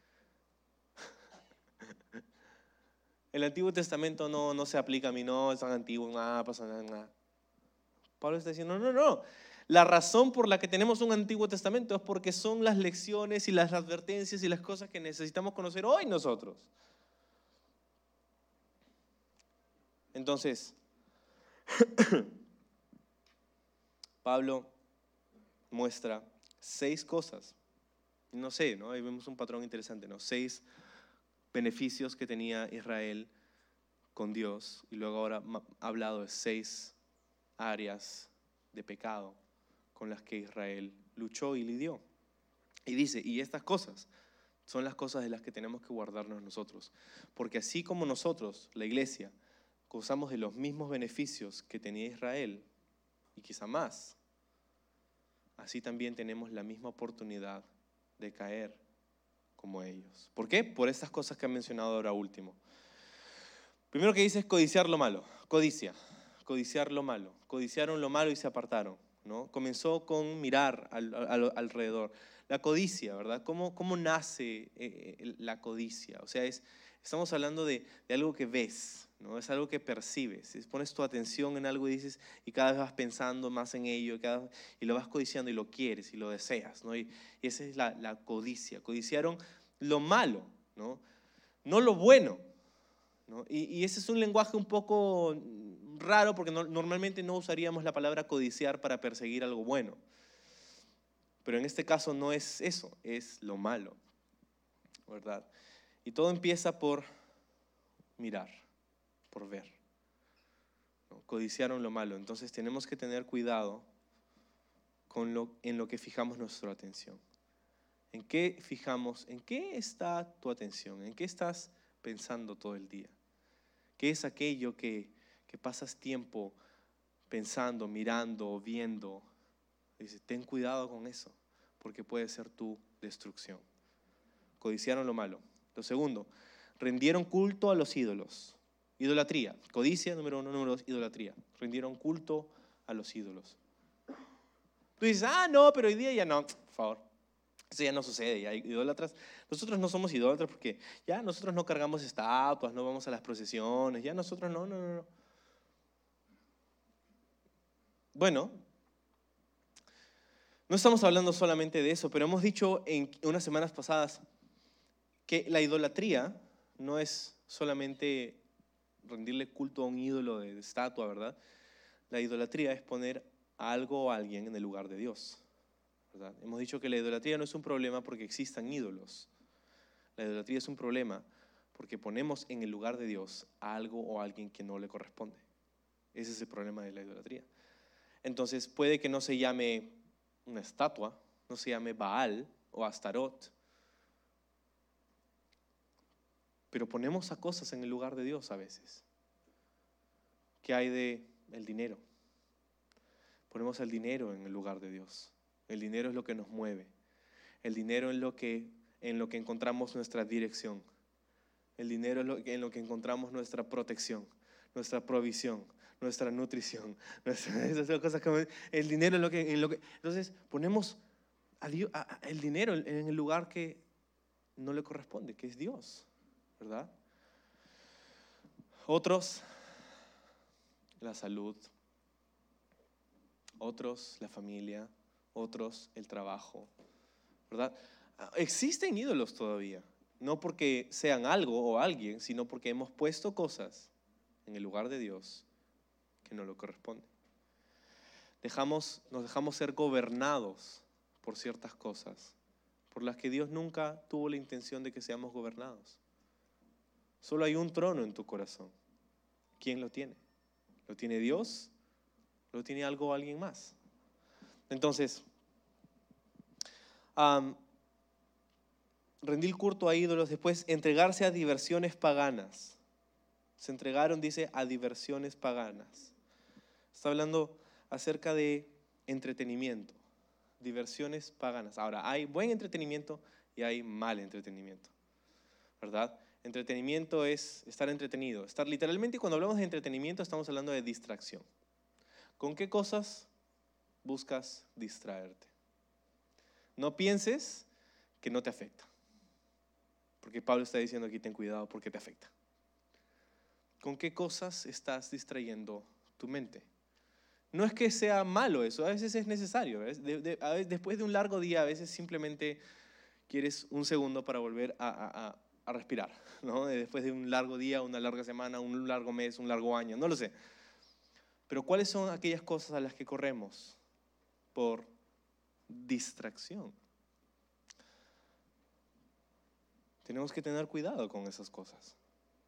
El Antiguo Testamento no, no se aplica a mí, no es tan antiguo, nada pasa nada, nada. Pablo está diciendo, no, no, no. La razón por la que tenemos un Antiguo Testamento es porque son las lecciones y las advertencias y las cosas que necesitamos conocer hoy nosotros. Entonces, Pablo muestra seis cosas no sé, ¿no? Ahí vemos un patrón interesante, ¿no? Seis beneficios que tenía Israel con Dios, y luego ahora ha hablado de seis áreas de pecado con las que Israel luchó y lidió. Y dice, y estas cosas son las cosas de las que tenemos que guardarnos nosotros, porque así como nosotros, la iglesia, gozamos de los mismos beneficios que tenía Israel, y quizá más, así también tenemos la misma oportunidad de caer como ellos. ¿Por qué? Por estas cosas que han mencionado ahora último. Primero que dice es codiciar lo malo, codicia, codiciar lo malo. Codiciaron lo malo y se apartaron, ¿no? Comenzó con mirar al, al, alrededor. La codicia, ¿verdad? ¿Cómo, cómo nace eh, la codicia? O sea, es, estamos hablando de, de algo que ves, ¿no? Es algo que percibes. Si pones tu atención en algo y dices, y cada vez vas pensando más en ello, cada, y lo vas codiciando y lo quieres y lo deseas, ¿no? Y, y esa es la, la codicia. Codiciaron lo malo, ¿no? No lo bueno, ¿no? Y, y ese es un lenguaje un poco raro porque no, normalmente no usaríamos la palabra codiciar para perseguir algo bueno. Pero en este caso no es eso, es lo malo, ¿verdad? Y todo empieza por mirar, por ver, ¿no? Codiciaron lo malo. Entonces tenemos que tener cuidado con lo, en lo que fijamos nuestra atención. ¿En qué fijamos? ¿En qué está tu atención? ¿En qué estás pensando todo el día? ¿Qué es aquello que, que pasas tiempo pensando, mirando, viendo? Dice, ten cuidado con eso, porque puede ser tu destrucción. Codiciaron lo malo. Lo segundo, rindieron culto a los ídolos. Idolatría. Codicia, número uno. Número dos, idolatría. Rindieron culto a los ídolos. Tú dices, ah, no, pero hoy día ya no. Por favor. Eso ya no sucede, ya hay idólatras. Nosotros no somos idólatras porque ya nosotros no cargamos estatuas, no vamos a las procesiones, ya nosotros no, no, no, no. Bueno, no estamos hablando solamente de eso, pero hemos dicho en unas semanas pasadas que la idolatría no es solamente rendirle culto a un ídolo de estatua, ¿verdad? La idolatría es poner a algo o a alguien en el lugar de Dios, ¿verdad? Hemos dicho que la idolatría no es un problema porque existan ídolos. La idolatría es un problema porque ponemos en el lugar de Dios a algo o a alguien que no le corresponde. Ese es el problema de la idolatría. Entonces puede que no se llame una estatua, no se llame Baal o Astarot, pero ponemos a cosas en el lugar de Dios a veces. ¿Qué hay de el dinero? Ponemos el dinero en el lugar de Dios. El dinero es lo que nos mueve. El dinero es lo que, en lo que encontramos nuestra dirección. El dinero es lo que, en lo que encontramos nuestra protección, nuestra provisión, nuestra nutrición. Nuestra, esas son cosas que, el dinero es lo que, en lo que... Entonces ponemos a Dios, a, a el dinero en el lugar que no le corresponde, que es Dios, ¿verdad? Otros, la salud. Otros, la familia. Otros, el trabajo, ¿verdad? Existen ídolos todavía, no porque sean algo o alguien, sino porque hemos puesto cosas en el lugar de Dios que no le corresponden. Dejamos, nos dejamos ser gobernados por ciertas cosas por las que Dios nunca tuvo la intención de que seamos gobernados. Solo hay un trono en tu corazón. ¿Quién lo tiene? ¿Lo tiene Dios? ¿Lo tiene algo o alguien más? Entonces, um, rendir culto a ídolos, después entregarse a diversiones paganas. Se entregaron, dice, a diversiones paganas. Está hablando acerca de entretenimiento, diversiones paganas. Ahora, hay buen entretenimiento y hay mal entretenimiento, ¿verdad? Entretenimiento es estar entretenido. Estar, literalmente, cuando hablamos de entretenimiento, estamos hablando de distracción. ¿Con qué cosas buscas distraerte? No pienses que no te afecta, porque Pablo está diciendo aquí, ten cuidado porque te afecta. ¿Con qué cosas estás distrayendo tu mente? No es que sea malo eso, a veces es necesario. De, de, a veces, después de un largo día, a veces simplemente quieres un segundo para volver a, a, a respirar, ¿no? Después de un largo día, una larga semana, un largo mes, un largo año, no lo sé. Pero ¿cuáles son aquellas cosas a las que corremos por distracción? Tenemos que tener cuidado con esas cosas.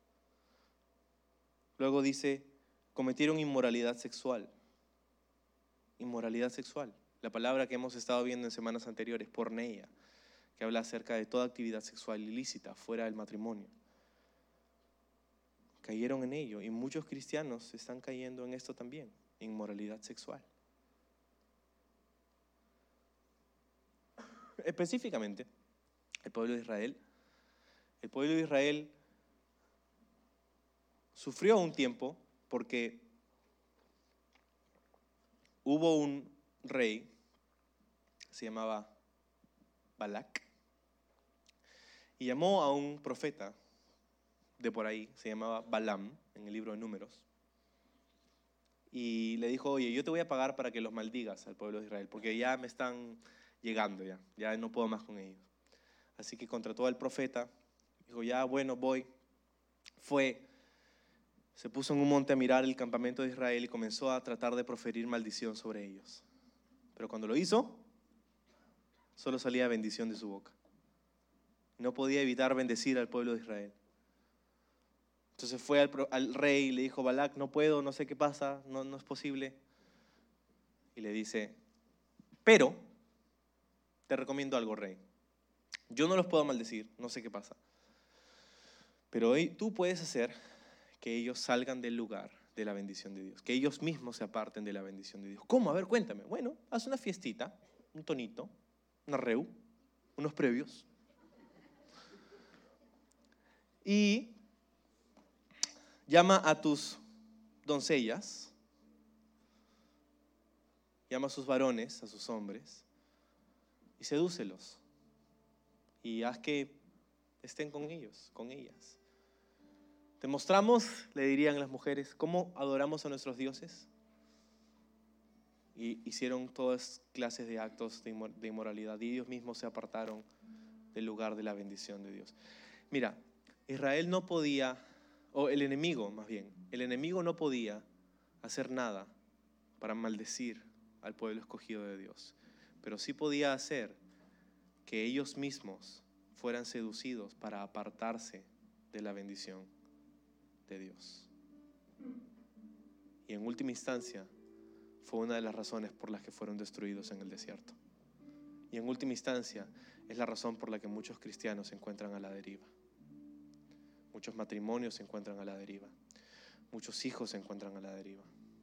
Luego dice, cometieron inmoralidad sexual. Inmoralidad sexual. La palabra que hemos estado viendo en semanas anteriores, porneia, que habla acerca de toda actividad sexual ilícita fuera del matrimonio. Cayeron en ello y muchos cristianos están cayendo en esto también, inmoralidad sexual. Específicamente, el pueblo de Israel, el pueblo de Israel sufrió un tiempo porque hubo un rey, se llamaba Balac, y llamó a un profeta de por ahí, se llamaba Balaam, en el libro de Números, y le dijo, oye, yo te voy a pagar para que los maldigas al pueblo de Israel, porque ya me están llegando, ya, ya no puedo más con ellos. Así que contrató al profeta, dijo, ya, bueno, voy. Fue, se puso en un monte a mirar el campamento de Israel y comenzó a tratar de proferir maldición sobre ellos. Pero cuando lo hizo, solo salía bendición de su boca. No podía evitar bendecir al pueblo de Israel. Entonces fue al, al rey y le dijo, Balac, no puedo, no sé qué pasa, no, no es posible. Y le dice, pero te recomiendo algo, rey. Yo no los puedo maldecir, no sé qué pasa. Pero hoy tú puedes hacer que ellos salgan del lugar de la bendición de Dios, que ellos mismos se aparten de la bendición de Dios. ¿Cómo? A ver, cuéntame. Bueno, haz una fiestita, un tonito, una reu, unos previos. Y llama a tus doncellas, llama a sus varones, a sus hombres, y sedúcelos. Y haz que estén con ellos, con ellas. ¿Te mostramos, le dirían las mujeres, cómo adoramos a nuestros dioses? Y hicieron todas clases de actos de inmoralidad y ellos mismos se apartaron del lugar de la bendición de Dios. Mira, Israel no podía, o el enemigo más bien, el enemigo no podía hacer nada para maldecir al pueblo escogido de Dios, pero sí podía hacer que ellos mismos fueran seducidos para apartarse de la bendición de Dios. Y en última instancia fue una de las razones por las que fueron destruidos en el desierto. Y en última instancia es la razón por la que muchos cristianos se encuentran a la deriva. Muchos matrimonios se encuentran a la deriva. Muchos hijos se encuentran a la deriva.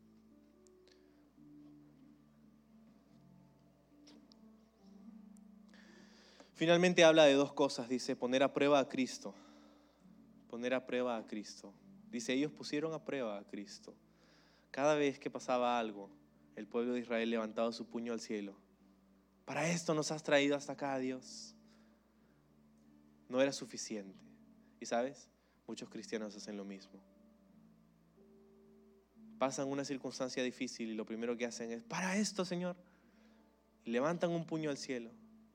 Finalmente habla de dos cosas, dice poner a prueba a Cristo. Poner a prueba a Cristo. Dice, ellos pusieron a prueba a Cristo. Cada vez que pasaba algo, el pueblo de Israel levantaba su puño al cielo. Para esto nos has traído hasta acá, Dios. No era suficiente. Y sabes, muchos cristianos hacen lo mismo. Pasan una circunstancia difícil y lo primero que hacen es, para esto, Señor. Y levantan un puño al cielo.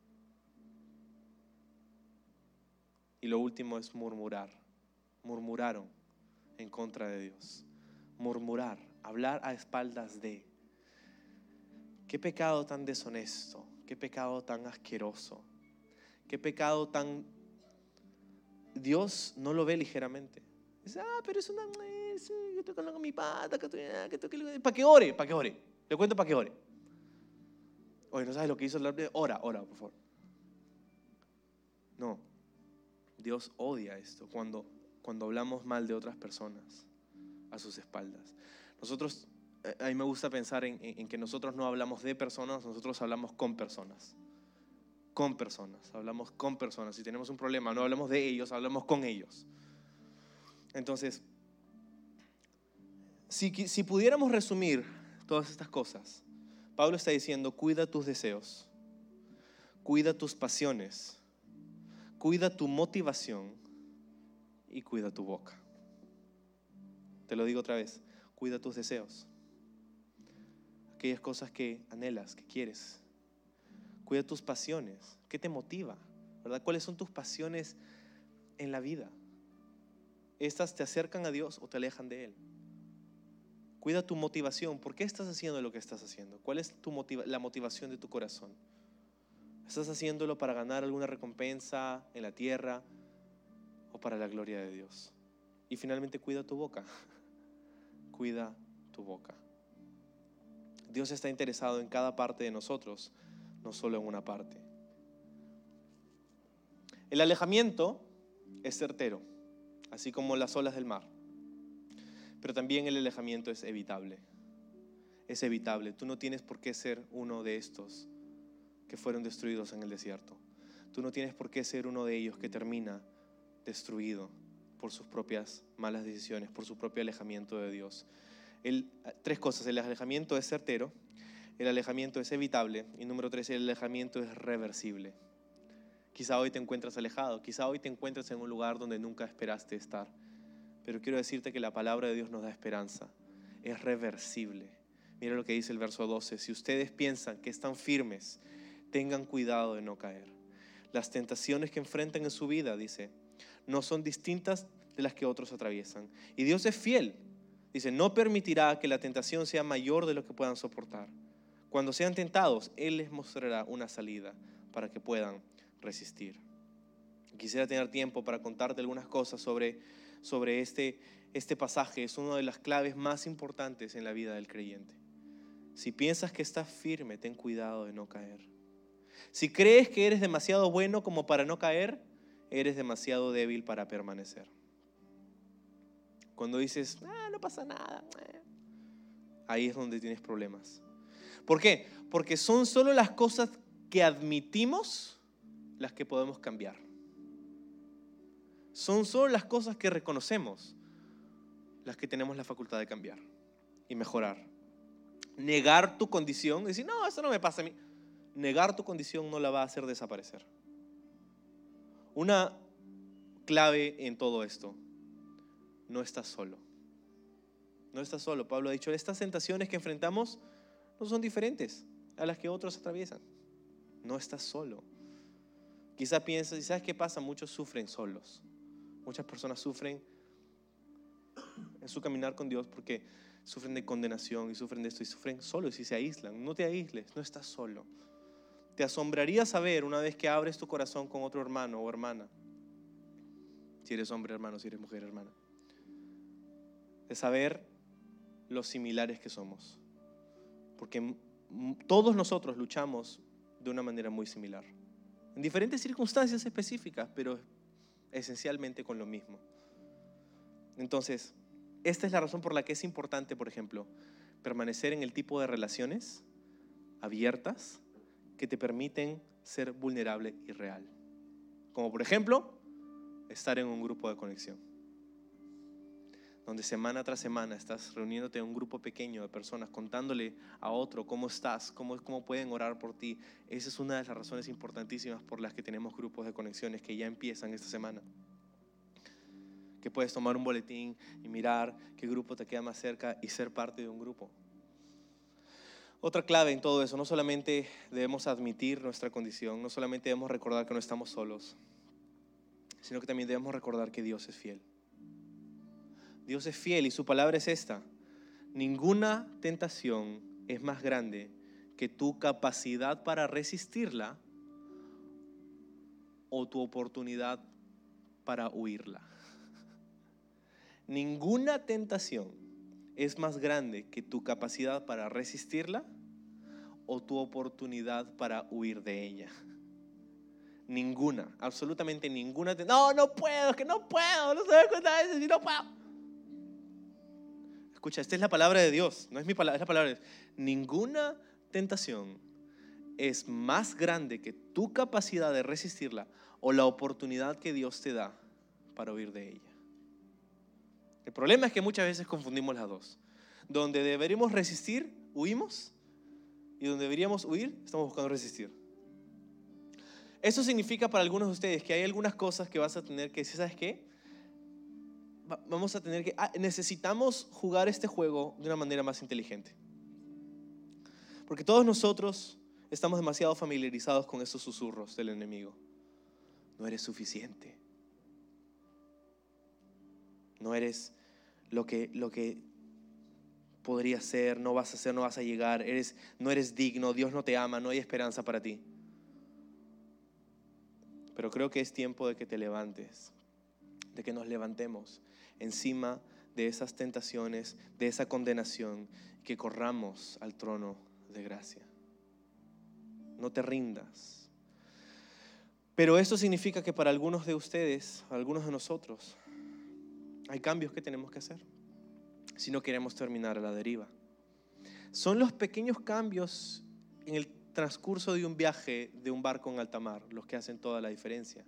Y lo último es murmurar. Murmuraron en contra de Dios. Murmurar, hablar a espaldas de. Qué pecado tan deshonesto, qué pecado tan asqueroso, qué pecado tan... Dios no lo ve ligeramente. Dice, ah, pero es una... Yo estoy con mi pata, para que ore, para que ore. Le cuento para que ore. Oye, ¿no sabes lo que hizo? Ora, ora, por favor. No. Dios odia esto cuando, cuando hablamos mal de otras personas a sus espaldas. Nosotros, a mí me gusta pensar en, en que nosotros no hablamos de personas, nosotros hablamos con personas. Con personas, hablamos con personas. Si tenemos un problema, no hablamos de ellos, hablamos con ellos. Entonces, si, si pudiéramos resumir todas estas cosas, Pablo está diciendo, cuida tus deseos, cuida tus pasiones, cuida tu motivación y cuida tu boca. Te lo digo otra vez, cuida tus deseos, aquellas cosas que anhelas, que quieres. Cuida tus pasiones, ¿qué te motiva? ¿Verdad? ¿Cuáles son tus pasiones en la vida? ¿Estas te acercan a Dios o te alejan de Él? Cuida tu motivación, ¿por qué estás haciendo lo que estás haciendo? ¿Cuál es tu motiva- la motivación de tu corazón? ¿Estás haciéndolo para ganar alguna recompensa en la tierra? o para la gloria de Dios? Y finalmente, cuida tu boca. Cuida tu boca. Dios está interesado en cada parte de nosotros, no solo en una parte. El alejamiento es certero, así como las olas del mar. Pero también el alejamiento es evitable. Es evitable. Tú no tienes por qué ser uno de estos que fueron destruidos en el desierto. Tú no tienes por qué ser uno de ellos que termina destruido por sus propias malas decisiones, por su propio alejamiento de Dios. El, tres cosas: el alejamiento es certero, el alejamiento es evitable y número tres, el alejamiento es reversible. Quizá hoy te encuentras alejado, quizá hoy te encuentras en un lugar donde nunca esperaste estar, pero quiero decirte que la palabra de Dios nos da esperanza. Es reversible. Mira lo que dice el verso doce: si ustedes piensan que están firmes, tengan cuidado de no caer. Las tentaciones que enfrentan en su vida, dice, no son distintas de las que otros atraviesan. Y Dios es fiel. Dice, no permitirá que la tentación sea mayor de lo que puedan soportar. Cuando sean tentados, Él les mostrará una salida para que puedan resistir. Quisiera tener tiempo para contarte algunas cosas sobre, sobre este, este pasaje. Es una de las claves más importantes en la vida del creyente. Si piensas que estás firme, ten cuidado de no caer. Si crees que eres demasiado bueno como para no caer, eres demasiado débil para permanecer. Cuando dices, ah, no pasa nada, ahí es donde tienes problemas. ¿Por qué? Porque son solo las cosas que admitimos las que podemos cambiar. Son solo las cosas que reconocemos las que tenemos la facultad de cambiar y mejorar. Negar tu condición y decir, no, eso no me pasa a mí. Negar tu condición no la va a hacer desaparecer. Una clave en todo esto: no estás solo. No estás solo. Pablo ha dicho, estas tentaciones que enfrentamos no son diferentes a las que otros atraviesan. No estás solo. Quizá piensas, ¿y sabes qué pasa? Muchos sufren solos. Muchas personas sufren en su caminar con Dios porque sufren de condenación y sufren de esto y sufren solos y se aíslan. No te aísles, no estás solo. Te asombraría saber, una vez que abres tu corazón con otro hermano o hermana, si eres hombre hermano, si eres mujer hermana, de saber lo similares que somos. Porque todos nosotros luchamos de una manera muy similar, en diferentes circunstancias específicas, pero esencialmente con lo mismo. Entonces, esta es la razón por la que es importante, por ejemplo, permanecer en el tipo de relaciones abiertas que te permiten ser vulnerable y real. Como por ejemplo, estar en un grupo de conexión, donde semana tras semana estás reuniéndote en un grupo pequeño de personas, contándole a otro cómo estás, cómo, cómo pueden orar por ti. Esa es una de las razones importantísimas por las que tenemos grupos de conexiones que ya empiezan esta semana. Que puedes tomar un boletín y mirar qué grupo te queda más cerca y ser parte de un grupo. Otra clave en todo eso: no solamente debemos admitir nuestra condición, no solamente debemos recordar que no estamos solos, sino que también debemos recordar que Dios es fiel. Dios es fiel y su palabra es esta: ninguna tentación es más grande que tu capacidad para resistirla o tu oportunidad para huirla. Ninguna tentación es más grande que tu capacidad para resistirla o tu oportunidad para huir de ella. Ninguna, absolutamente ninguna. No, no puedo, es que no puedo, no sabes cuántas veces y no puedo. Escucha, esta es la palabra de Dios, no es mi palabra, es la palabra de Dios. Ninguna tentación es más grande que tu capacidad de resistirla o la oportunidad que Dios te da para huir de ella. El problema es que muchas veces confundimos las dos. Donde deberíamos resistir, huimos, y donde deberíamos huir, estamos buscando resistir. Eso significa para algunos de ustedes que hay algunas cosas que vas a tener que decir, ¿sabes qué? Vamos a tener que, ah, necesitamos jugar este juego de una manera más inteligente. Porque todos nosotros estamos demasiado familiarizados con estos susurros del enemigo. No eres suficiente. No eres lo que, lo que podrías ser, no vas a ser, no vas a llegar, eres, no eres digno, Dios no te ama, no hay esperanza para ti. Pero creo que es tiempo de que te levantes de que nos levantemos encima de esas tentaciones, de esa condenación, que corramos al trono de gracia. No te rindas. Pero esto significa que para algunos de ustedes, algunos de nosotros, hay cambios que tenemos que hacer si no queremos terminar a la deriva. Son los pequeños cambios en el transcurso de un viaje de un barco en alta mar los que hacen toda la diferencia.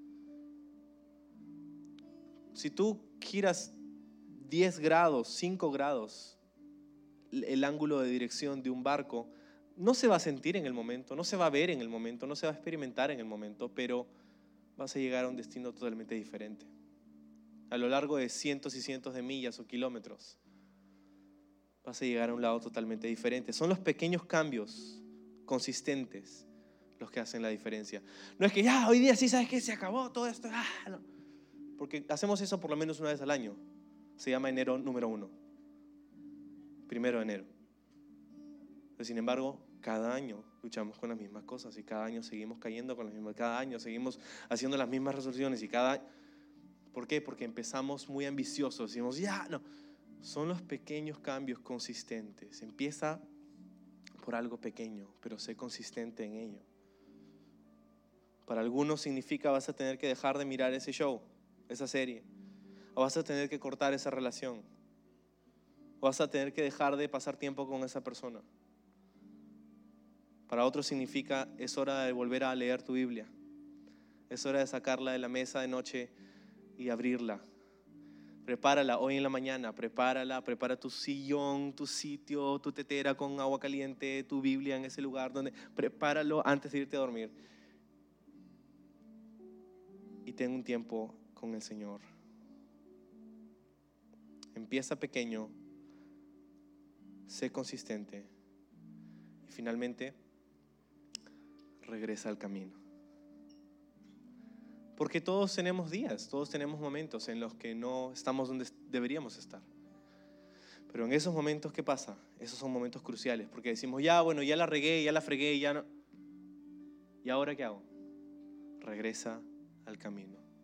Si tú giras diez grados, cinco grados el ángulo de dirección de un barco, no se va a sentir en el momento, no se va a ver en el momento, no se va a experimentar en el momento, pero vas a llegar a un destino totalmente diferente. A lo largo de cientos y cientos de millas o kilómetros, vas a llegar a un lado totalmente diferente. Son los pequeños cambios consistentes los que hacen la diferencia. No es que ya hoy día sí sabes que se acabó todo esto, ah, no. Porque hacemos eso por lo menos una vez al año. Se llama enero número uno, primero de enero. Pero sin embargo, cada año luchamos con las mismas cosas y cada año seguimos cayendo con las mismas, cada año seguimos haciendo las mismas resoluciones y cada año. ¿Por qué? Porque empezamos muy ambiciosos, decimos ya, no. Son los pequeños cambios consistentes. Empieza por algo pequeño, pero sé consistente en ello. Para algunos significa vas a tener que dejar de mirar ese show, esa serie, o vas a tener que cortar esa relación, o vas a tener que dejar de pasar tiempo con esa persona. Para otros significa es hora de volver a leer tu Biblia, es hora de sacarla de la mesa de noche y abrirla. Prepárala hoy en la mañana, prepárala, prepara tu sillón, tu sitio, tu tetera con agua caliente, tu Biblia en ese lugar donde, prepáralo antes de irte a dormir. Y ten un tiempo con el Señor. Empieza pequeño, sé consistente y finalmente regresa al camino. Porque todos tenemos días, todos tenemos momentos en los que no estamos donde deberíamos estar. Pero en esos momentos, ¿qué pasa? Esos son momentos cruciales, porque decimos, ya, bueno, ya la regué, ya la fregué, ya no. ¿Y ahora qué hago? Regresa al camino.